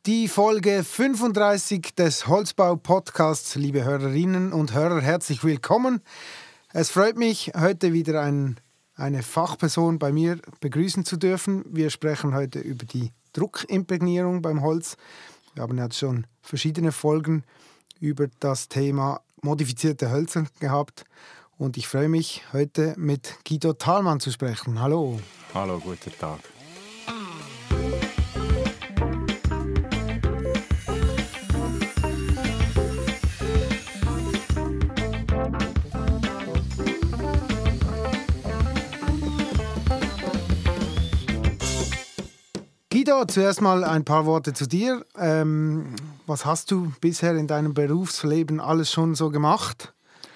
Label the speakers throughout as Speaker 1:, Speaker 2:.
Speaker 1: Die Folge 35 des Holzbau-Podcasts, liebe Hörerinnen und Hörer, herzlich willkommen. Es freut mich, heute wieder eine Fachperson bei mir begrüßen zu dürfen. Wir sprechen heute über die Druckimprägnierung beim Holz. Wir haben jetzt schon verschiedene Folgen über das Thema modifizierte Hölzer gehabt. Und ich freue mich, heute mit Guido Thalmann zu sprechen. Hallo.
Speaker 2: Hallo, guten Tag.
Speaker 1: Guido, zuerst mal ein paar Worte zu dir. Was hast du bisher in deinem Berufsleben alles schon so gemacht?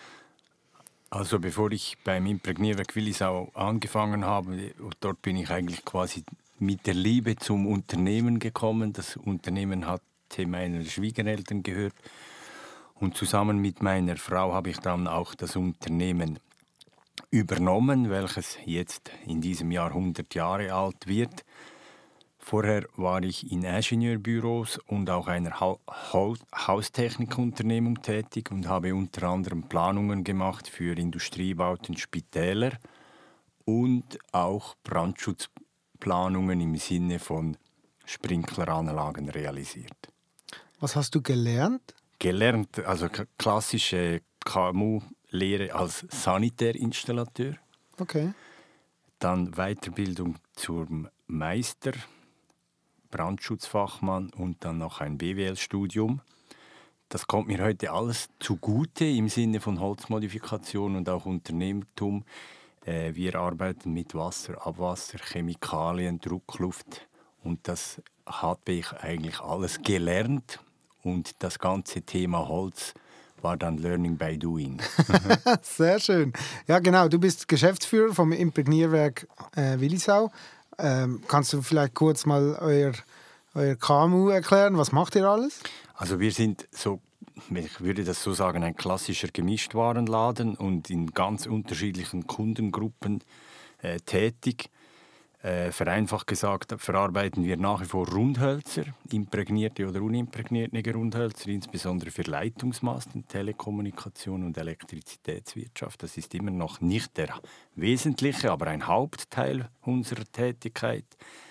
Speaker 2: Also bevor ich beim Imprägnierwerk Willisau angefangen habe, dort bin ich eigentlich quasi mit der Liebe zum Unternehmen gekommen. Das Unternehmen hatte meinen Schwiegereltern gehört und zusammen mit meiner Frau habe ich dann auch das Unternehmen übernommen, welches jetzt in diesem Jahr 100 Jahre alt wird. Vorher war ich in Ingenieurbüros und auch einer Haustechnikunternehmung tätig und habe unter anderem Planungen gemacht für Industriebauten, Spitäler und auch Brandschutzplanungen im Sinne von Sprinkleranlagen realisiert.
Speaker 1: Was hast du gelernt?
Speaker 2: Gelernt, also klassische KMU-Lehre als Sanitärinstallateur.
Speaker 1: Okay.
Speaker 2: Dann Weiterbildung zum Meister, Brandschutzfachmann und dann noch ein BWL-Studium. Das kommt mir heute alles zugute im Sinne von Holzmodifikation und auch Unternehmertum. Wir arbeiten mit Wasser, Abwasser, Chemikalien, Druckluft und das habe ich eigentlich alles gelernt und das ganze Thema Holz war dann Learning by Doing.
Speaker 1: Sehr schön. Ja, genau. Du bist Geschäftsführer vom Imprägnierwerk Willisau. Kannst du vielleicht kurz mal euer KMU erklären? Was macht ihr alles?
Speaker 2: Also wir sind so, ich würde das so sagen, ein klassischer Gemischtwarenladen und in ganz unterschiedlichen Kundengruppen tätig. Vereinfacht gesagt verarbeiten wir nach wie vor Rundhölzer, imprägnierte oder unimprägnierte Rundhölzer, insbesondere für Leitungsmasten, Telekommunikation und Elektrizitätswirtschaft. Das ist immer noch nicht der wesentliche, aber ein Hauptteil unserer Tätigkeit.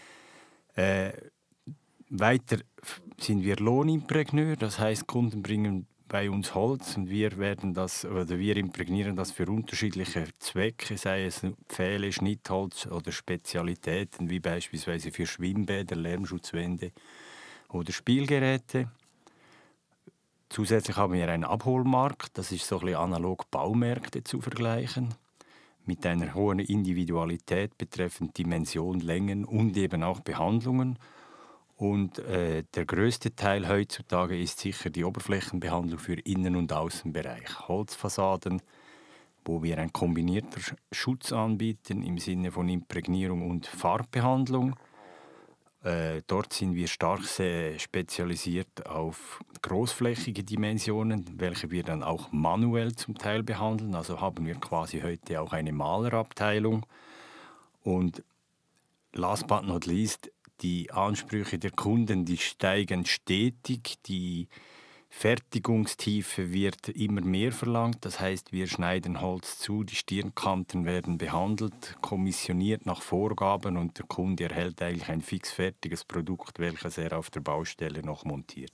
Speaker 2: Weiter sind wir Lohnimprägneur, das heißt, Kunden bringen bei uns Holz und wir imprägnieren das für unterschiedliche Zwecke, sei es Pfähle, Schnittholz oder Spezialitäten wie beispielsweise für Schwimmbäder, Lärmschutzwände oder Spielgeräte. Zusätzlich haben wir einen Abholmarkt, das ist so ein bisschen analog Baumärkte zu vergleichen, mit einer hohen Individualität betreffend Dimension, Längen und eben auch Behandlungen. Und der größte Teil heutzutage ist sicher die Oberflächenbehandlung für Innen- und Außenbereich. Holzfassaden, wo wir einen kombinierten Schutz anbieten im Sinne von Imprägnierung und Farbbehandlung. Dort sind wir stark spezialisiert auf großflächige Dimensionen, welche wir dann auch manuell zum Teil behandeln. Also haben wir quasi heute auch eine Malerabteilung. Und last but not least, die Ansprüche der Kunden, die steigen stetig, die Fertigungstiefe wird immer mehr verlangt. Das heißt, wir schneiden Holz zu, die Stirnkanten werden behandelt, kommissioniert nach Vorgaben und der Kunde erhält eigentlich ein fixfertiges Produkt, welches er auf der Baustelle noch montiert.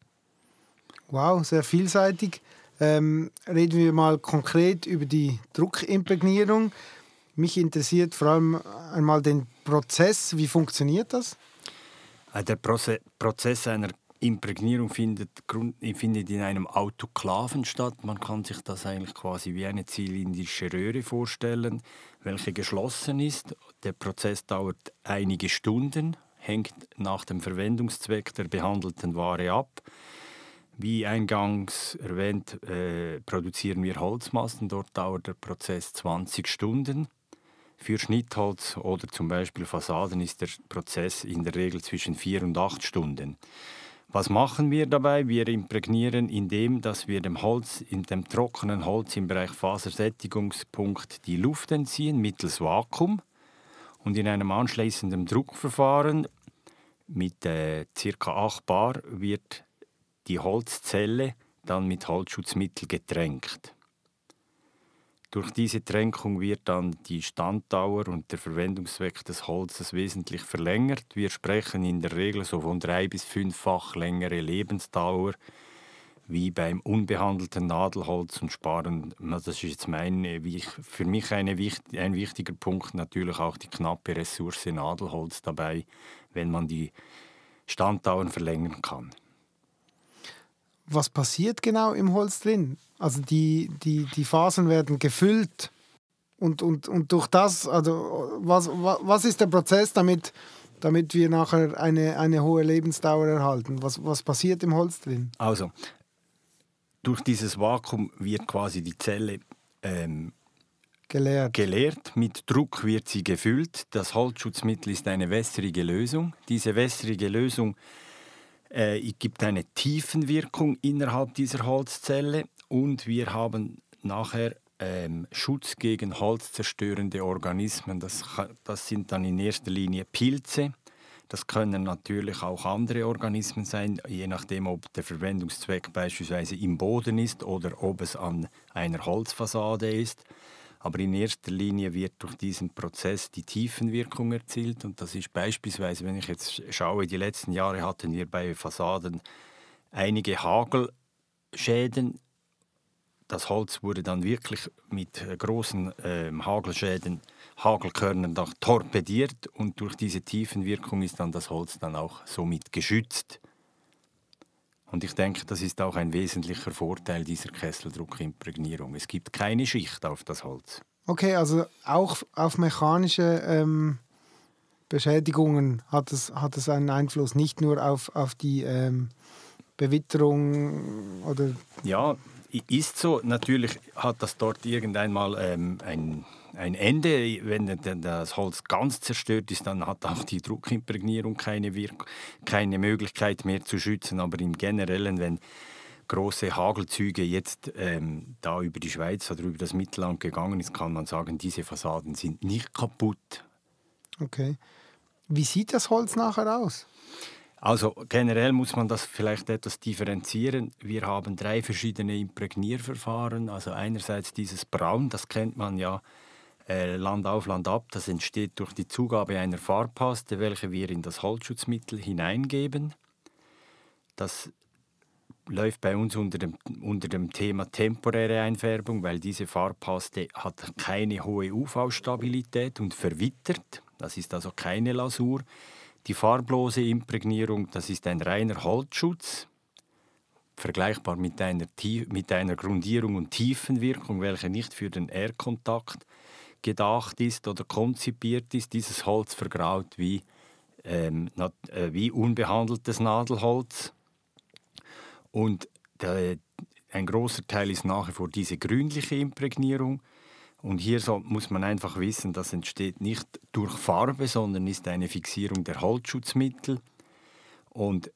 Speaker 1: Wow, sehr vielseitig. Reden wir mal konkret über die Druckimprägnierung. Mich interessiert vor allem einmal den Prozess. Wie funktioniert das?
Speaker 2: Der Prozess einer Imprägnierung findet in einem Autoklaven statt. Man kann sich das eigentlich quasi wie eine zylindrische Röhre vorstellen, welche geschlossen ist. Der Prozess dauert einige Stunden, hängt nach dem Verwendungszweck der behandelten Ware ab. Wie eingangs erwähnt, produzieren wir Holzmasten. Dort dauert der Prozess 20 Stunden. Für Schnittholz oder zum Beispiel Fassaden ist der Prozess in der Regel zwischen 4 und 8 Stunden. Was machen wir dabei? Wir imprägnieren, indem dass wir dem trockenen Holz im Bereich Fasersättigungspunkt die Luft entziehen mittels Vakuum und in einem anschließenden Druckverfahren Mit ca. 8 Bar wird die Holzzelle dann mit Holzschutzmittel getränkt. Durch diese Tränkung wird dann die Standdauer und der Verwendungszweck des Holzes wesentlich verlängert. Wir sprechen in der Regel so von 3- bis 5-fach längere Lebensdauer wie beim unbehandelten Nadelholz und sparen. Das ist jetzt für mich ein wichtiger Punkt, natürlich auch die knappe Ressource Nadelholz dabei, wenn man die Standdauern verlängern kann.
Speaker 1: Was passiert genau im Holz drin? Also die Fasern werden gefüllt und durch das, also was ist der Prozess, damit wir nachher eine hohe Lebensdauer erhalten? Was passiert im Holz drin?
Speaker 2: Also, durch dieses Vakuum wird quasi die Zelle geleert. Mit Druck wird sie gefüllt. Das Holzschutzmittel ist eine wässrige Lösung. Diese wässrige Lösung gibt eine Tiefenwirkung innerhalb dieser Holzzelle und wir haben nachher Schutz gegen holzzerstörende Organismen. Das sind dann in erster Linie Pilze. Das können natürlich auch andere Organismen sein, je nachdem, ob der Verwendungszweck beispielsweise im Boden ist oder ob es an einer Holzfassade ist. Aber in erster Linie wird durch diesen Prozess die Tiefenwirkung erzielt. Und das ist beispielsweise, wenn ich jetzt schaue, die letzten Jahre hatten wir bei Fassaden einige Hagelschäden. Das Holz wurde dann wirklich mit großen Hagelkörnern torpediert und durch diese Tiefenwirkung ist dann das Holz dann auch somit geschützt. Und ich denke, das ist auch ein wesentlicher Vorteil dieser Kesseldruckimprägnierung. Es gibt keine Schicht auf das Holz.
Speaker 1: Okay, also auch auf mechanische Beschädigungen hat es einen Einfluss, nicht nur auf die Bewitterung oder...
Speaker 2: Ja, ist so. Natürlich hat das dort irgendwann mal ein Ende. Wenn das Holz ganz zerstört ist, dann hat auch die Druckimprägnierung keine Möglichkeit mehr zu schützen. Aber im Generellen, wenn große Hagelzüge jetzt da über die Schweiz oder über das Mittelland gegangen ist, kann man sagen, diese Fassaden sind nicht kaputt.
Speaker 1: Okay. Wie sieht das Holz nachher aus?
Speaker 2: Also generell muss man das vielleicht etwas differenzieren. Wir haben 3 verschiedene Imprägnierverfahren. Also einerseits dieses Braun, das kennt man ja Land auf, Land ab. Das entsteht durch die Zugabe einer Farbpaste, welche wir in das Holzschutzmittel hineingeben. Das läuft bei uns unter dem Thema temporäre Einfärbung, weil diese Farbpaste hat keine hohe UV-Stabilität und verwittert. Das ist also keine Lasur. Die farblose Imprägnierung, das ist ein reiner Holzschutz, vergleichbar mit einer Grundierung und Tiefenwirkung, welche nicht für den Erdkontakt gedacht ist oder konzipiert ist. Dieses Holz vergraut wie unbehandeltes Nadelholz. Und ein großer Teil ist nach wie vor diese grünliche Imprägnierung. Und hier muss man einfach wissen, das entsteht nicht durch Farbe, sondern ist eine Fixierung der Holzschutzmittel und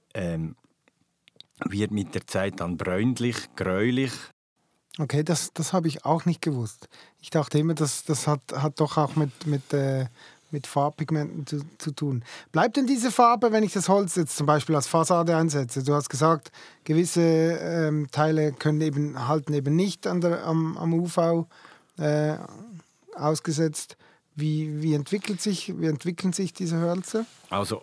Speaker 2: wird mit der Zeit dann bräunlich, gräulich.
Speaker 1: Okay, das habe ich auch nicht gewusst. Ich dachte immer, das hat doch auch mit Farbpigmenten zu tun. Bleibt denn diese Farbe, wenn ich das Holz jetzt zum Beispiel als Fassade einsetze? Du hast gesagt, gewisse Teile halten eben nicht am UV ausgesetzt. Wie entwickeln sich diese Hölzer?
Speaker 2: Also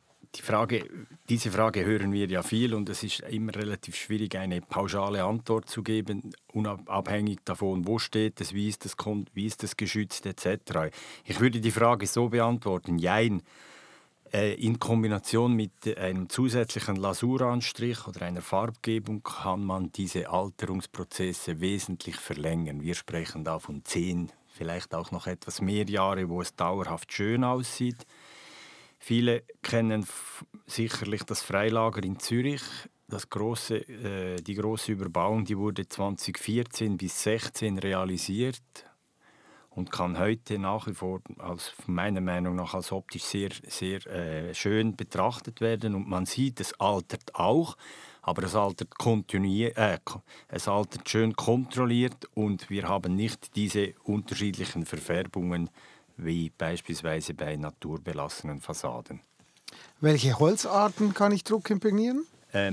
Speaker 2: diese Frage hören wir ja viel und es ist immer relativ schwierig, eine pauschale Antwort zu geben, unabhängig davon, wo steht es, wie ist es geschützt etc. Ich würde die Frage so beantworten, jein. In Kombination mit einem zusätzlichen Lasuranstrich oder einer Farbgebung kann man diese Alterungsprozesse wesentlich verlängern. Wir sprechen da von 10, vielleicht auch noch etwas mehr Jahre, wo es dauerhaft schön aussieht. Viele kennen sicherlich das Freilager in Zürich. Die große Überbauung, die wurde 2014 bis 2016 realisiert und kann heute nach wie vor meiner Meinung nach als optisch sehr, sehr schön betrachtet werden. Und man sieht, es altert auch, aber es altert schön kontrolliert und wir haben nicht diese unterschiedlichen Verfärbungen wie beispielsweise bei naturbelassenen Fassaden.
Speaker 1: Welche Holzarten kann ich druckimprägnieren?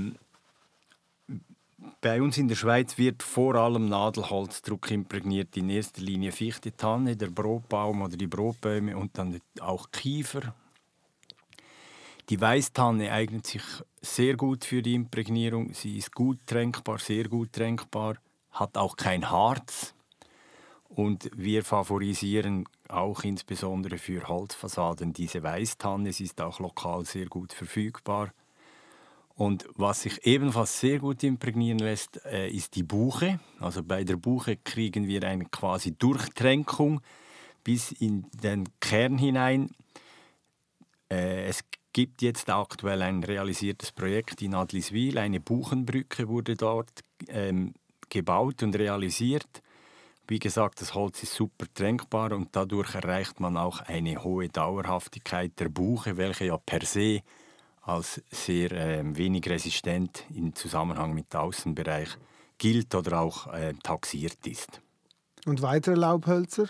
Speaker 2: Bei uns in der Schweiz wird vor allem Nadelholz druckimprägniert, in erster Linie Fichte, Tanne, der Brotbaum oder die Brotbäume und dann auch Kiefer. Die Weißtanne eignet sich sehr gut für die Imprägnierung. Sie ist gut tränkbar, sehr gut tränkbar, hat auch kein Harz. Und wir favorisieren auch insbesondere für Holzfassaden diese Weißtanne. Sie ist auch lokal sehr gut verfügbar. Und was sich ebenfalls sehr gut imprägnieren lässt, ist die Buche. Also bei der Buche kriegen wir eine quasi Durchtränkung bis in den Kern hinein. Es gibt jetzt aktuell ein realisiertes Projekt in Adliswil. Eine Buchenbrücke wurde dort gebaut und realisiert. Wie gesagt, das Holz ist super tränkbar und dadurch erreicht man auch eine hohe Dauerhaftigkeit der Buche, welche ja per se als sehr wenig resistent im Zusammenhang mit dem Außenbereich gilt oder auch taxiert ist.
Speaker 1: Und weitere Laubhölzer?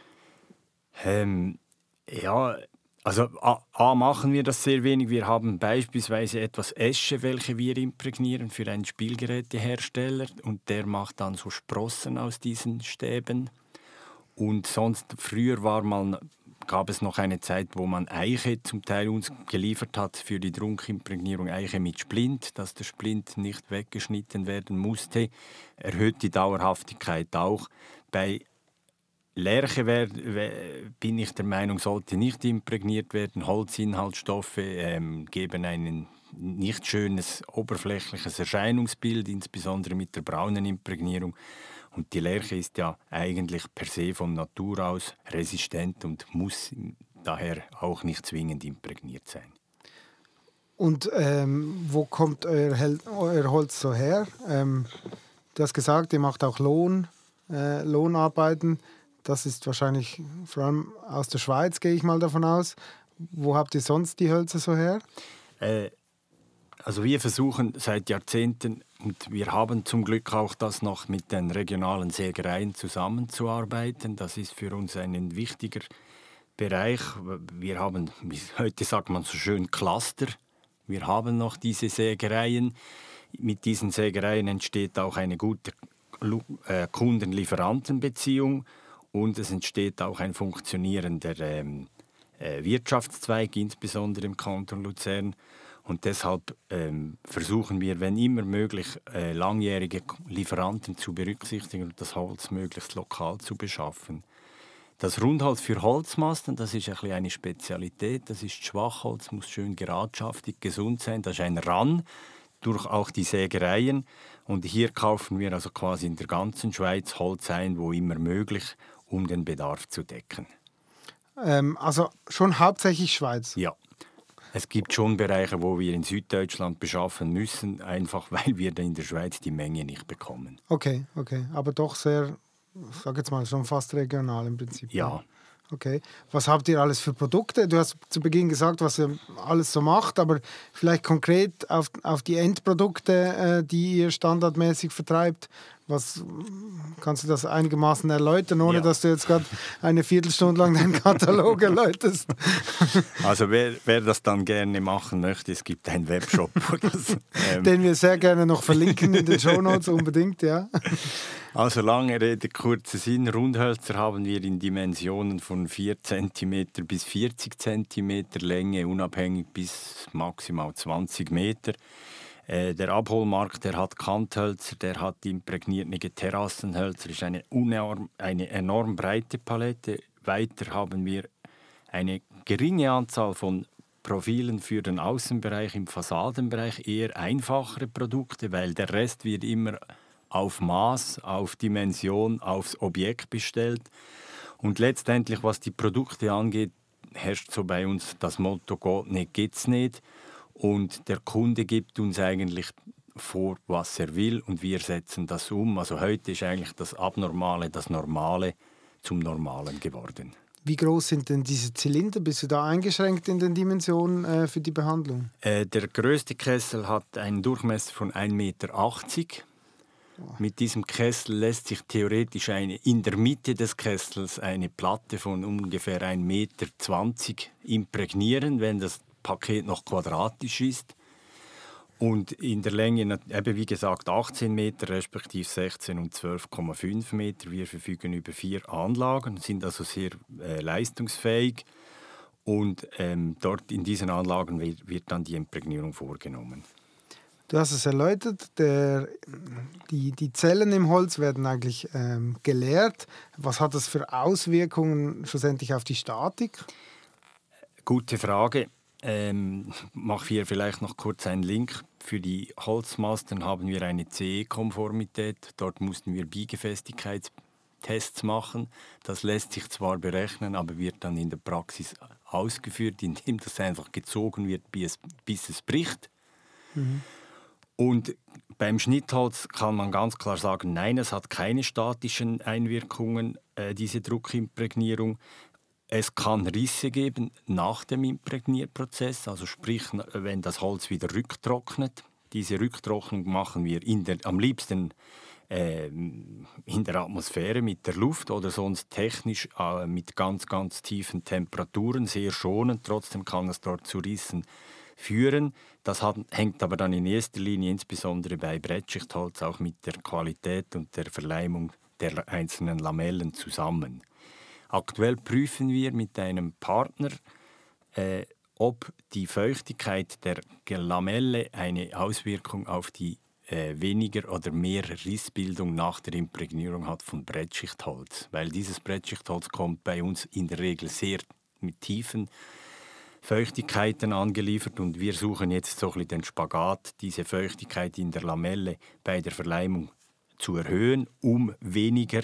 Speaker 2: Ja, also A machen wir das sehr wenig. Wir haben beispielsweise etwas Esche, welche wir imprägnieren für einen Spielgerätehersteller und der macht dann so Sprossen aus diesen Stäben. Und sonst, früher gab es noch eine Zeit, wo man Eiche zum Teil uns geliefert hat für die Druckimprägnierung, Eiche mit Splint, dass der Splint nicht weggeschnitten werden musste, erhöht die Dauerhaftigkeit auch. Bei Lärche bin ich der Meinung, sollte nicht imprägniert werden. Holzinhaltsstoffe geben ein nicht schönes oberflächliches Erscheinungsbild, insbesondere mit der braunen Imprägnierung. Und die Lärche ist ja eigentlich per se von Natur aus resistent und muss daher auch nicht zwingend imprägniert sein.
Speaker 1: Und wo kommt euer Holz so her? Du hast gesagt, ihr macht auch Lohnarbeiten. Das ist wahrscheinlich vor allem aus der Schweiz, gehe ich mal davon aus. Wo habt ihr sonst die Hölzer so her?
Speaker 2: Also wir versuchen seit Jahrzehnten, und wir haben zum Glück auch das noch mit den regionalen Sägereien zusammenzuarbeiten. Das ist für uns ein wichtiger Bereich. Wir haben, heute sagt man so schön, Cluster. Wir haben noch diese Sägereien. Mit diesen Sägereien entsteht auch eine gute Kunden-Lieferanten-Beziehung. Und es entsteht auch ein funktionierender Wirtschaftszweig, insbesondere im Kanton Luzern. Und deshalb versuchen wir, wenn immer möglich, langjährige Lieferanten zu berücksichtigen und das Holz möglichst lokal zu beschaffen. Das Rundholz für Holzmasten, das ist ein bisschen eine Spezialität. Das ist Schwachholz, muss schön geradschaftig, gesund sein. Das ist ein Ran durch auch die Sägereien. Und hier kaufen wir also quasi in der ganzen Schweiz Holz ein, wo immer möglich, um den Bedarf zu decken.
Speaker 1: Also schon hauptsächlich Schweiz?
Speaker 2: Ja. Es gibt schon Bereiche, wo wir in Süddeutschland beschaffen müssen, einfach weil wir in der Schweiz die Menge nicht bekommen.
Speaker 1: Okay. Aber doch sehr, ich sage jetzt mal, schon fast regional im Prinzip.
Speaker 2: Ja.
Speaker 1: Okay. Was habt ihr alles für Produkte? Du hast zu Beginn gesagt, was ihr alles so macht, aber vielleicht konkret auf die Endprodukte, die ihr standardmäßig vertreibt. Kannst du das einigermaßen erläutern, ohne dass du jetzt gerade eine Viertelstunde lang deinen Katalog erläuterst?
Speaker 2: Also wer das dann gerne machen möchte, es gibt einen Webshop.
Speaker 1: Den wir sehr gerne noch verlinken in den Shownotes, unbedingt, ja.
Speaker 2: Also lange Rede, kurzer Sinn. Rundhölzer haben wir in Dimensionen von 4 cm bis 40 cm Länge, unabhängig bis maximal 20 Meter. Der Abholmarkt, der hat Kanthölzer, der hat imprägnierte Terrassenhölzer, ist eine enorm breite Palette. Weiter haben wir eine geringe Anzahl von Profilen für den Außenbereich, im Fassadenbereich eher einfachere Produkte, weil der Rest wird immer auf Maß, auf Dimension, aufs Objekt bestellt. Und letztendlich, was die Produkte angeht, herrscht so bei uns das Motto «Geht nicht, geht's nicht». Und der Kunde gibt uns eigentlich vor, was er will, und wir setzen das um. Also heute ist eigentlich das Abnormale, das Normale zum Normalen geworden.
Speaker 1: Wie groß sind denn diese Zylinder? Bist du da eingeschränkt in den Dimensionen für die Behandlung?
Speaker 2: Der größte Kessel hat einen Durchmesser von 1,80 Meter. Mit diesem Kessel lässt sich theoretisch in der Mitte des Kessels eine Platte von ungefähr 1,20 Meter imprägnieren, wenn das Paket noch quadratisch ist. Und in der Länge, eben wie gesagt, 18 Meter, respektive 16 und 12,5 Meter. Wir verfügen über 4 Anlagen, sind also sehr leistungsfähig. Und dort in diesen Anlagen wird dann die Imprägnierung vorgenommen.
Speaker 1: Du hast es erläutert, die Zellen im Holz werden eigentlich geleert. Was hat das für Auswirkungen schlussendlich auf die Statik?
Speaker 2: Gute Frage. Mache hier vielleicht noch kurz einen Link. Für die Holzmasten haben wir eine CE-Konformität. Dort mussten wir Biegefestigkeitstests machen. Das lässt sich zwar berechnen, aber wird dann in der Praxis ausgeführt, indem das einfach gezogen wird, bis es bricht. Mhm. Und beim Schnittholz kann man ganz klar sagen, nein, es hat keine statischen Einwirkungen, diese Druckimprägnierung. Es kann Risse geben nach dem Imprägnierprozess, also sprich, wenn das Holz wieder rücktrocknet. Diese Rücktrocknung machen wir am liebsten in der Atmosphäre mit der Luft oder sonst technisch mit ganz, ganz tiefen Temperaturen, sehr schonend. Trotzdem kann es dort zu Rissen führen. Das hängt aber dann in erster Linie insbesondere bei Brettschichtholz auch mit der Qualität und der Verleimung der einzelnen Lamellen zusammen. Aktuell prüfen wir mit einem Partner, ob die Feuchtigkeit der Lamelle eine Auswirkung auf die weniger oder mehr Rissbildung nach der Imprägnierung hat von Brettschichtholz. Weil dieses Brettschichtholz kommt bei uns in der Regel sehr mit tiefen Feuchtigkeiten angeliefert und wir suchen jetzt so ein bisschen den Spagat, diese Feuchtigkeit in der Lamelle bei der Verleimung zu erhöhen, um weniger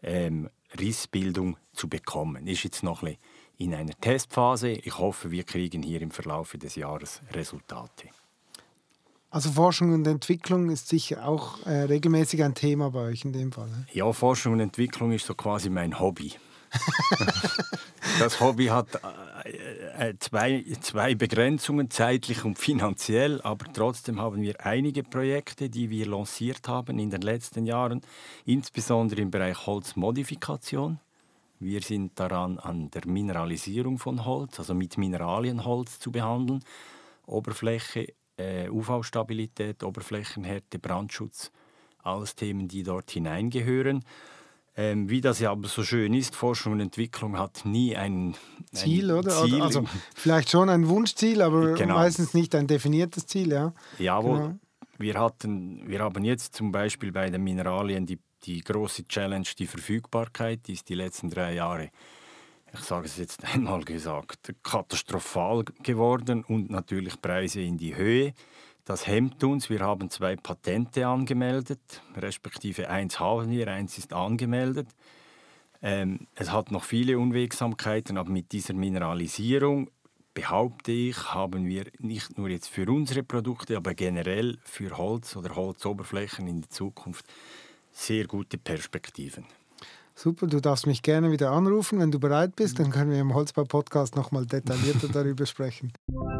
Speaker 2: Rissbildung zu bekommen. Ist jetzt noch ein bisschen in einer Testphase. Ich hoffe, wir kriegen hier im Verlauf des Jahres Resultate.
Speaker 1: Also Forschung und Entwicklung ist sicher auch regelmäßig ein Thema bei euch in dem Fall. Ne?
Speaker 2: Ja, Forschung und Entwicklung ist so quasi mein Hobby. Das Hobby hat zwei Begrenzungen, zeitlich und finanziell, aber trotzdem haben wir einige Projekte, die wir lanciert haben in den letzten Jahren, insbesondere im Bereich Holzmodifikation. Wir sind daran an der Mineralisierung von Holz, also mit Mineralien Holz zu behandeln, Oberfläche, UV-Stabilität, Oberflächenhärte, Brandschutz, alles Themen, die dort hineingehören. Wie das ja aber so schön ist, Forschung und Entwicklung hat nie ein
Speaker 1: Ziel, oder? Ziel. Also vielleicht schon ein Wunschziel, aber genau. Meistens nicht ein definiertes Ziel, ja.
Speaker 2: Jawohl. Genau. Wir haben jetzt zum Beispiel bei den Mineralien die große Challenge, die Verfügbarkeit, die ist die letzten 3 Jahre, ich sage es jetzt einmal gesagt, katastrophal geworden und natürlich Preise in die Höhe. Das hemmt uns. Wir haben 2 Patente angemeldet, respektive 1 haben wir, 1 ist angemeldet. Es hat noch viele Unwegsamkeiten, aber mit dieser Mineralisierung, behaupte ich, haben wir nicht nur jetzt für unsere Produkte, aber generell für Holz oder Holzoberflächen in der Zukunft sehr gute Perspektiven.
Speaker 1: Super, du darfst mich gerne wieder anrufen, wenn du bereit bist, dann können wir im Holzbau-Podcast nochmal detaillierter darüber sprechen.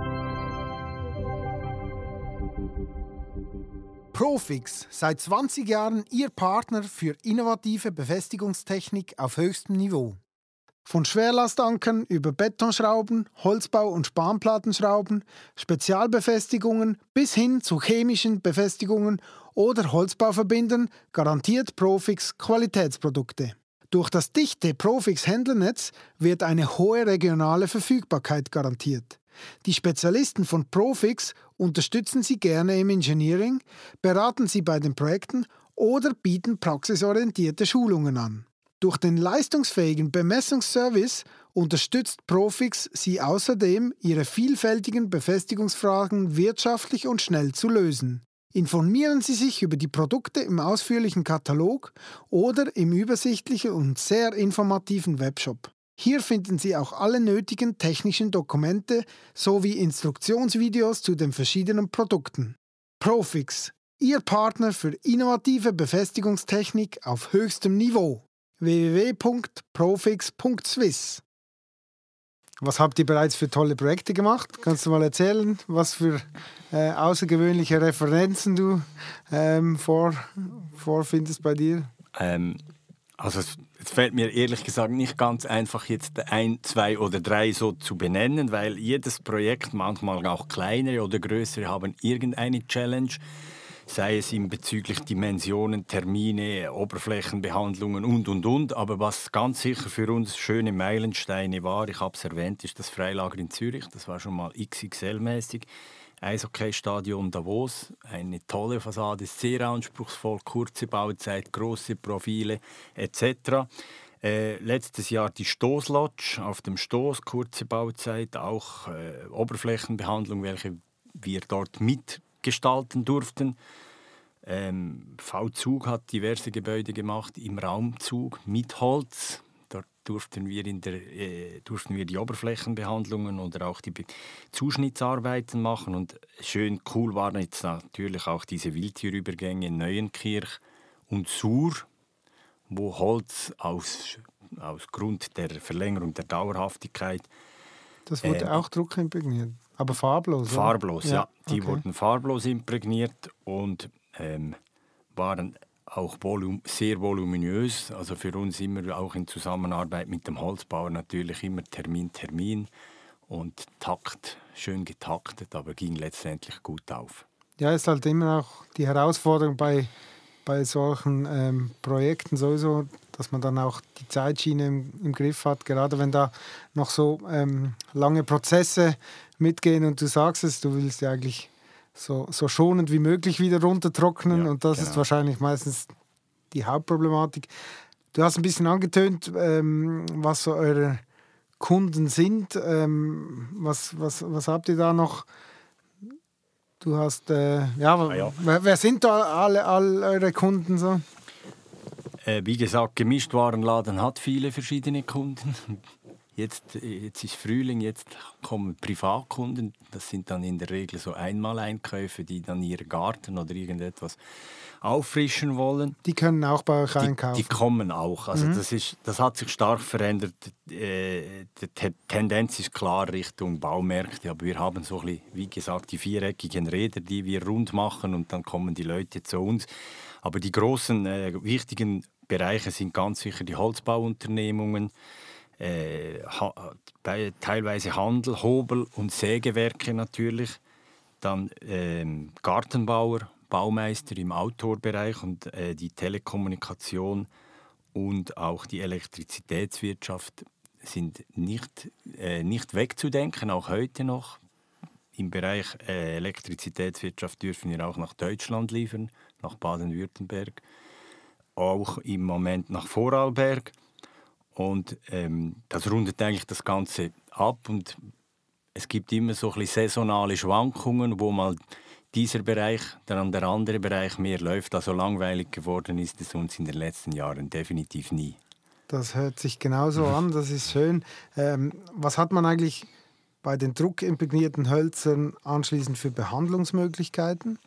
Speaker 1: Profix, seit 20 Jahren Ihr Partner für innovative Befestigungstechnik auf höchstem Niveau. Von Schwerlastankern über Betonschrauben, Holzbau- und Spanplattenschrauben, Spezialbefestigungen bis hin zu chemischen Befestigungen oder Holzbauverbindern garantiert Profix Qualitätsprodukte. Durch das dichte Profix-Händlernetz wird eine hohe regionale Verfügbarkeit garantiert. Die Spezialisten von Profix unterstützen Sie gerne im Engineering, beraten Sie bei den Projekten oder bieten praxisorientierte Schulungen an. Durch den leistungsfähigen Bemessungsservice unterstützt Profix Sie außerdem, Ihre vielfältigen Befestigungsfragen wirtschaftlich und schnell zu lösen. Informieren Sie sich über die Produkte im ausführlichen Katalog oder im übersichtlichen und sehr informativen Webshop. Hier finden Sie auch alle nötigen technischen Dokumente sowie Instruktionsvideos zu den verschiedenen Produkten. Profix, Ihr Partner für innovative Befestigungstechnik auf höchstem Niveau. www.profix.swiss. Was habt ihr bereits für tolle Projekte gemacht? Kannst du mal erzählen, was für außergewöhnliche Referenzen du vorfindest bei dir?
Speaker 2: Also es fällt mir ehrlich gesagt nicht ganz einfach, jetzt 1, 2 oder 3 so zu benennen, weil jedes Projekt, manchmal auch kleinere oder größere, haben irgendeine Challenge, sei es in bezüglich Dimensionen, Termine, Oberflächenbehandlungen und. Aber was ganz sicher für uns schöne Meilensteine war, ich habe es erwähnt, ist das Freilager in Zürich. Das war schon mal XXL-mäßig. Eishockey-Stadion Davos, eine tolle Fassade, sehr anspruchsvoll, kurze Bauzeit, große Profile etc. Letztes Jahr die Stoßlodge auf dem Stoß, kurze Bauzeit, auch Oberflächenbehandlung, welche wir dort mitgestalten durften. V-Zug hat diverse Gebäude gemacht, im Raumzug mit Holz. Dort durften wir die Oberflächenbehandlungen oder auch die Zuschnittsarbeiten machen. Und schön cool waren jetzt natürlich auch diese Wildtierübergänge in Neuenkirch und Sur, wo Holz aus Grund der Verlängerung der Dauerhaftigkeit.
Speaker 1: Das wurde auch druckimprägniert, aber farblos, oder?
Speaker 2: Farblos, ja. Die
Speaker 1: okay.
Speaker 2: wurden farblos imprägniert und waren auch sehr voluminös. Also für uns immer auch in Zusammenarbeit mit dem Holzbauer natürlich immer Termin und Takt, schön getaktet, aber ging letztendlich gut auf.
Speaker 1: Ja, ist halt immer auch die Herausforderung bei solchen Projekten sowieso, dass man dann auch die Zeitschiene im Griff hat, gerade wenn da noch so lange Prozesse mitgehen und du sagst es, du willst ja eigentlich so schonend wie möglich wieder runtertrocknen und das ist wahrscheinlich meistens die Hauptproblematik. Du hast ein bisschen angetönt, was so eure Kunden sind. Was habt ihr da noch? Du hast, wer sind da all eure Kunden so?
Speaker 2: Wie gesagt, Gemischtwarenladen hat viele verschiedene Kunden. Jetzt ist Frühling, jetzt kommen Privatkunden. Das sind dann in der Regel so Einmaleinkäufe, die dann ihren Garten oder irgendetwas auffrischen wollen.
Speaker 1: Die können auch bei euch einkaufen?
Speaker 2: Die kommen auch. Also das hat sich stark verändert. Die Tendenz ist klar Richtung Baumärkte. Aber wir haben so ein bisschen, wie gesagt, die viereckigen Räder, die wir rund machen und dann kommen die Leute zu uns. Aber die großen, wichtigen Bereiche sind ganz sicher die Holzbauunternehmungen, teilweise Handel, Hobel- und Sägewerke natürlich, dann Gartenbauer, Baumeister im Outdoor-Bereich und die Telekommunikation und auch die Elektrizitätswirtschaft sind nicht wegzudenken, auch heute noch. Im Bereich Elektrizitätswirtschaft dürfen wir auch nach Deutschland liefern, nach Baden-Württemberg, auch im Moment nach Vorarlberg. Und das rundet eigentlich das Ganze ab und es gibt immer so ein bisschen saisonale Schwankungen, wo mal dieser Bereich, dann der andere Bereich mehr läuft. Also langweilig geworden ist es uns in den letzten Jahren definitiv nie.
Speaker 1: Das hört sich genauso an, das ist schön. Was hat man eigentlich bei den druckimprägnierten Hölzern anschließend für Behandlungsmöglichkeiten?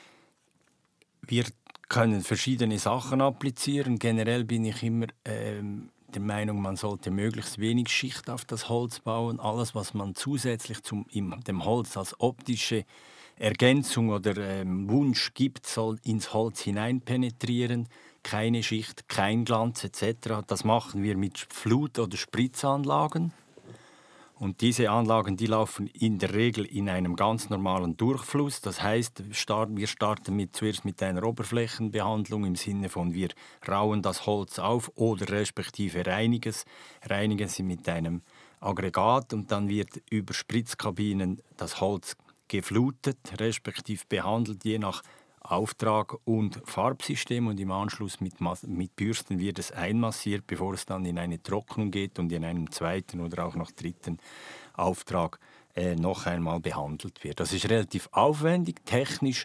Speaker 2: Wir können verschiedene Sachen applizieren. Generell bin ich immer der Meinung, man sollte möglichst wenig Schicht auf das Holz bauen. Alles, was man zusätzlich dem Holz als optische Ergänzung oder Wunsch gibt, soll ins Holz hineinpenetrieren. Keine Schicht, kein Glanz etc. Das machen wir mit Flut- oder Spritzanlagen. Und diese Anlagen, die laufen in der Regel in einem ganz normalen Durchfluss. Das heißt, wir starten zuerst mit einer Oberflächenbehandlung im Sinne von, wir rauen das Holz auf oder respektive reinigen sie mit einem Aggregat und dann wird über Spritzkabinen das Holz geflutet, respektive behandelt, je nach Auftrag und Farbsystem und im Anschluss mit Bürsten wird es einmassiert, bevor es dann in eine Trocknung geht und in einem zweiten oder auch noch dritten Auftrag noch einmal behandelt wird. Das ist relativ aufwendig, technisch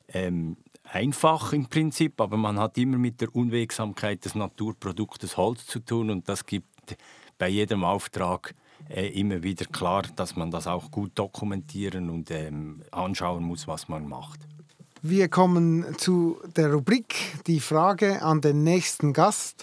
Speaker 2: einfach im Prinzip, aber man hat immer mit der Unwegsamkeit des Naturproduktes Holz zu tun und das gibt bei jedem Auftrag immer wieder klar, dass man das auch gut dokumentieren und anschauen muss, was man macht.
Speaker 1: Wir kommen zu der Rubrik Die Frage an den nächsten Gast.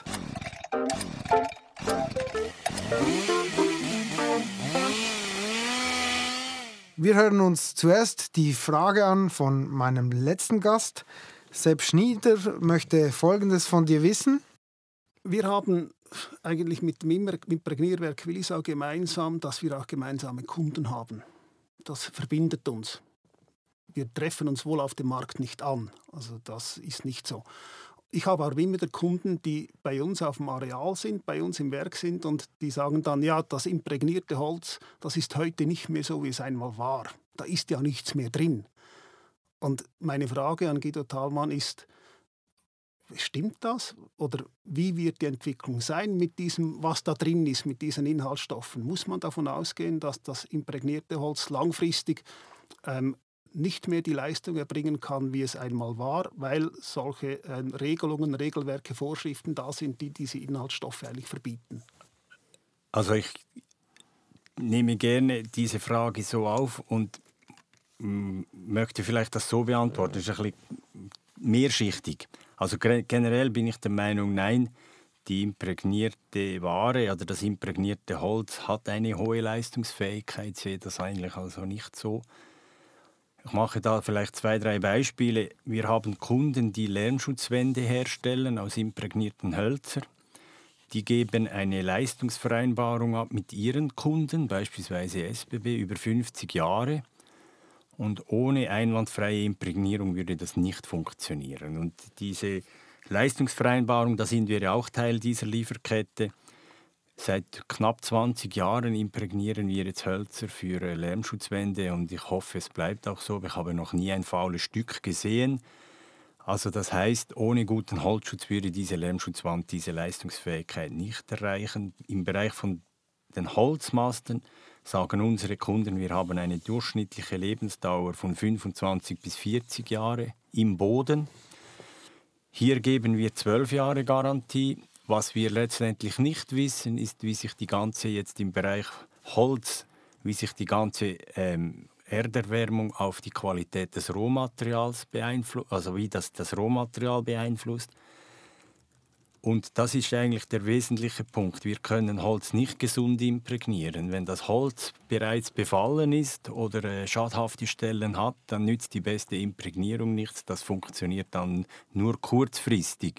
Speaker 1: Wir hören uns zuerst die Frage an von meinem letzten Gast. Sepp Schnieder möchte Folgendes von dir wissen.
Speaker 3: Wir haben eigentlich mit dem Imprägnierwerk Willisau gemeinsam, dass wir auch gemeinsame Kunden haben. Das verbindet uns. Wir treffen uns wohl auf dem Markt nicht an. Also das ist nicht so. Ich habe auch immer wieder Kunden, die bei uns auf dem Areal sind, bei uns im Werk sind und die sagen dann, ja, das imprägnierte Holz, das ist heute nicht mehr so, wie es einmal war. Da ist ja nichts mehr drin. Und meine Frage an Guido Thalmann ist, stimmt das? Oder wie wird die Entwicklung sein mit diesem, was da drin ist, mit diesen Inhaltsstoffen? Muss man davon ausgehen, dass das imprägnierte Holz langfristig nicht mehr die Leistung erbringen kann, wie es einmal war, weil solche Regelungen, Regelwerke, Vorschriften da sind, die diese Inhaltsstoffe eigentlich verbieten?
Speaker 2: Also ich nehme gerne diese Frage so auf und möchte vielleicht das so beantworten. Das ist ein bisschen mehrschichtig. Also generell bin ich der Meinung, nein, die imprägnierte Ware oder das imprägnierte Holz hat eine hohe Leistungsfähigkeit. Ich sehe das eigentlich also nicht so. Ich mache da vielleicht 2, 3 Beispiele. Wir haben Kunden, die Lärmschutzwände herstellen aus imprägnierten Hölzern. Die geben eine Leistungsvereinbarung ab mit ihren Kunden, beispielsweise SBB, über 50 Jahre. Und ohne einwandfreie Imprägnierung würde das nicht funktionieren. Und diese Leistungsvereinbarung, da sind wir ja auch Teil dieser Lieferkette. Seit knapp 20 Jahren imprägnieren wir jetzt Hölzer für Lärmschutzwände und ich hoffe, es bleibt auch so. Ich habe noch nie ein faules Stück gesehen. Also das heißt, ohne guten Holzschutz würde diese Lärmschutzwand diese Leistungsfähigkeit nicht erreichen. Im Bereich von den Holzmasten sagen unsere Kunden, wir haben eine durchschnittliche Lebensdauer von 25 bis 40 Jahre im Boden. Hier geben wir 12 Jahre Garantie. Was wir letztendlich nicht wissen, ist, wie sich die ganze jetzt im Bereich Holz, wie sich die ganze Erderwärmung auf die Qualität des Rohmaterials beeinflusst, also wie das Rohmaterial beeinflusst. Und das ist eigentlich der wesentliche Punkt. Wir können Holz nicht gesund imprägnieren. Wenn das Holz bereits befallen ist oder schadhafte Stellen hat, dann nützt die beste Imprägnierung nichts. Das funktioniert dann nur kurzfristig.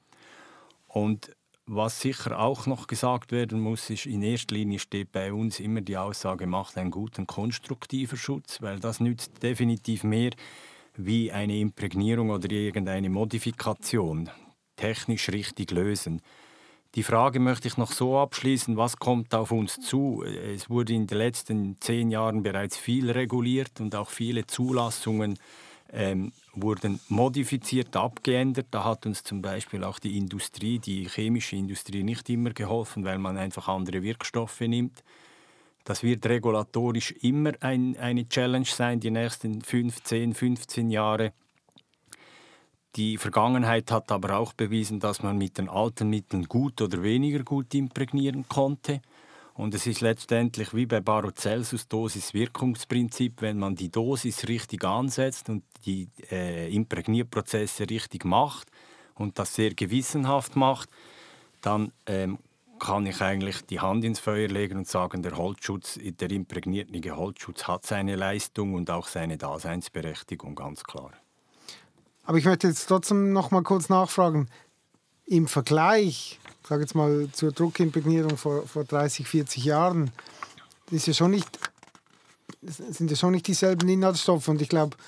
Speaker 2: Und was sicher auch noch gesagt werden muss, ist, in erster Linie steht bei uns immer die Aussage, macht einen guten konstruktiven Schutz, weil das nützt definitiv mehr wie eine Imprägnierung oder irgendeine Modifikation. Technisch richtig lösen. Die Frage möchte ich noch so abschließen, was kommt auf uns zu? Es wurde in den letzten 10 Jahren bereits viel reguliert und auch viele Zulassungen wurden modifiziert, abgeändert. Da hat uns zum Beispiel auch die Industrie, die chemische Industrie, nicht immer geholfen, weil man einfach andere Wirkstoffe nimmt. Das wird regulatorisch immer eine Challenge sein, die nächsten 10, 15 Jahre. Die Vergangenheit hat aber auch bewiesen, dass man mit den alten Mitteln gut oder weniger gut imprägnieren konnte. Und es ist letztendlich wie bei Paracelsus-Dosis-Wirkungsprinzip, wenn man die Dosis richtig ansetzt und die Imprägnierprozesse richtig macht und das sehr gewissenhaft macht, dann kann ich eigentlich die Hand ins Feuer legen und sagen, der Holzschutz, der imprägnierte Holzschutz hat seine Leistung und auch seine Daseinsberechtigung, ganz klar.
Speaker 1: Aber ich möchte jetzt trotzdem noch mal kurz nachfragen. Im Vergleich, sage jetzt mal zur Druckimprägnierung vor 30, 40 Jahren, sind ja schon nicht dieselben Inhaltsstoffe. Und ich glaube,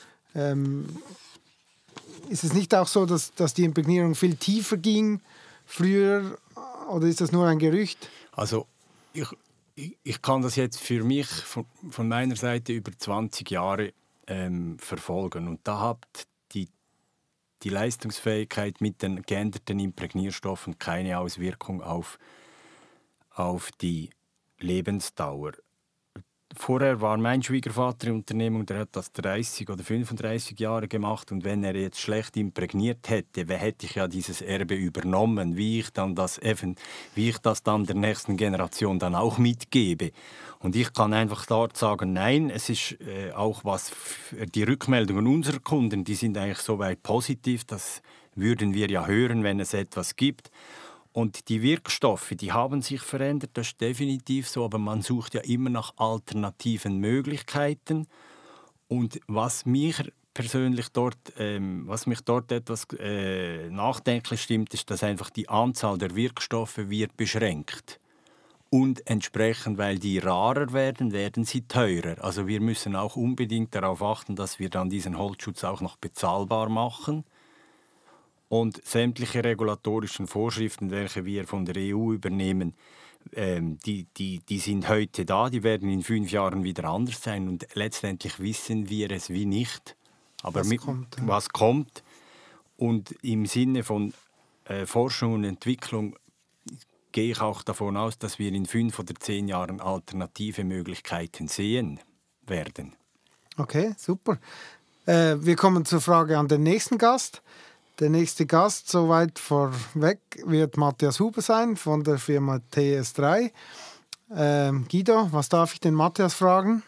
Speaker 1: ist es nicht auch so, dass die Imprägnierung viel tiefer ging früher, oder ist das nur ein Gerücht?
Speaker 2: Also ich kann das jetzt für mich von meiner Seite über 20 Jahre verfolgen. Und da hat die Leistungsfähigkeit mit den geänderten Imprägnierstoffen keine Auswirkung auf die Lebensdauer. Vorher war mein Schwiegervater in Unternehmung, der hat das 30 oder 35 Jahre gemacht und wenn er jetzt schlecht imprägniert hätte, hätte ich ja dieses Erbe übernommen, wie ich das dann der nächsten Generation dann auch mitgebe. Und ich kann einfach dort sagen, nein, es ist auch was die Rückmeldungen unserer Kunden, die sind eigentlich soweit positiv, das würden wir ja hören, wenn es etwas gibt. Und die Wirkstoffe, die haben sich verändert, das ist definitiv so, aber man sucht ja immer nach alternativen Möglichkeiten. Und was mich persönlich dort, was mich dort etwas nachdenklich stimmt, ist, dass einfach die Anzahl der Wirkstoffe wird beschränkt. Und entsprechend, weil die rarer werden, werden sie teurer. Also wir müssen auch unbedingt darauf achten, dass wir dann diesen Holzschutz auch noch bezahlbar machen. Und sämtliche regulatorischen Vorschriften, welche wir von der EU übernehmen, die sind heute da, die werden in 5 Jahren wieder anders sein. Und letztendlich wissen wir es wie nicht. Aber was kommt. Und im Sinne von Forschung und Entwicklung gehe ich auch davon aus, dass wir in 5 oder 10 Jahren alternative Möglichkeiten sehen werden.
Speaker 1: Okay, super. Wir kommen zur Frage an den nächsten Gast. Der nächste Gast, soweit vorweg, wird Matthias Huber sein von der Firma TS3. Guido, was darf ich den Matthias fragen?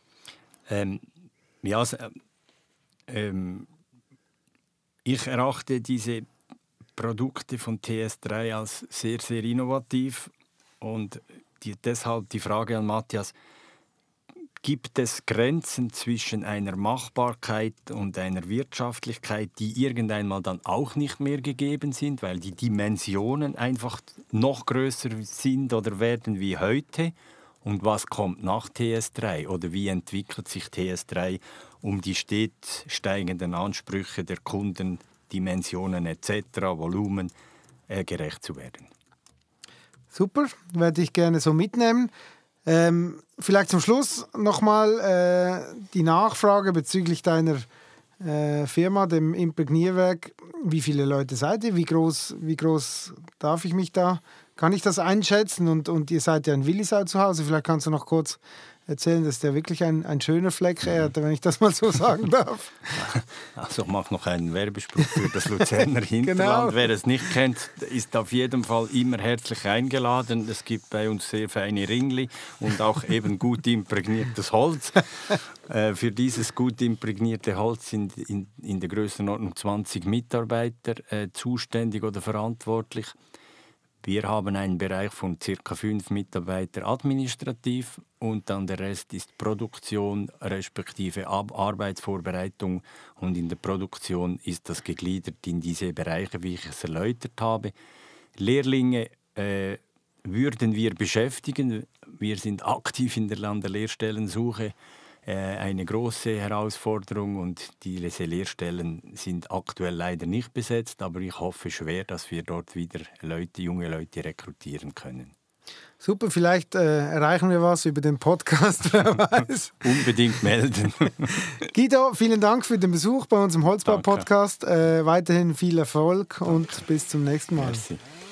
Speaker 2: Ich erachte diese Produkte von TS3 als sehr, sehr innovativ und deshalb die Frage an Matthias: Gibt es Grenzen zwischen einer Machbarkeit und einer Wirtschaftlichkeit, die irgendwann mal dann auch nicht mehr gegeben sind, weil die Dimensionen einfach noch größer sind oder werden wie heute? Und was kommt nach TS3 oder wie entwickelt sich TS3, um die stets steigenden Ansprüche der Kunden, Dimensionen etc., Volumen gerecht zu werden?
Speaker 1: Super, werde ich gerne so mitnehmen. Vielleicht zum Schluss nochmal die Nachfrage bezüglich deiner Firma, dem Imprägnierwerk. Wie viele Leute seid ihr? Wie groß darf ich mich da? Kann ich das einschätzen? Und ihr seid ja in Willisau zu Hause. Vielleicht kannst du noch kurz erzählen, dass der wirklich ein schöner Fleck Erde, wenn ich das mal so sagen darf.
Speaker 2: Also ich mache noch einen Werbespruch für das Luzerner Hinterland. Genau. Wer es nicht kennt, ist auf jeden Fall immer herzlich eingeladen. Es gibt bei uns sehr feine Ringli und auch eben gut imprägniertes Holz. Für dieses gut imprägnierte Holz sind in der Größenordnung 20 Mitarbeiter zuständig oder verantwortlich. Wir haben einen Bereich von ca. 5 Mitarbeitern administrativ und dann der Rest ist Produktion respektive Arbeitsvorbereitung. Und in der Produktion ist das gegliedert in diese Bereiche, wie ich es erläutert habe. Lehrlinge würden wir beschäftigen. Wir sind aktiv in der Lehrstellensuche. Eine große Herausforderung und diese Lehrstellen sind aktuell leider nicht besetzt, aber ich hoffe schwer, dass wir dort wieder junge Leute rekrutieren können.
Speaker 1: Super, vielleicht erreichen wir was über den Podcast, wer weiß.
Speaker 2: Unbedingt melden.
Speaker 1: Guido, vielen Dank für den Besuch bei uns im Holzbau-Podcast. Weiterhin viel Erfolg und bis zum nächsten Mal.
Speaker 2: Merci.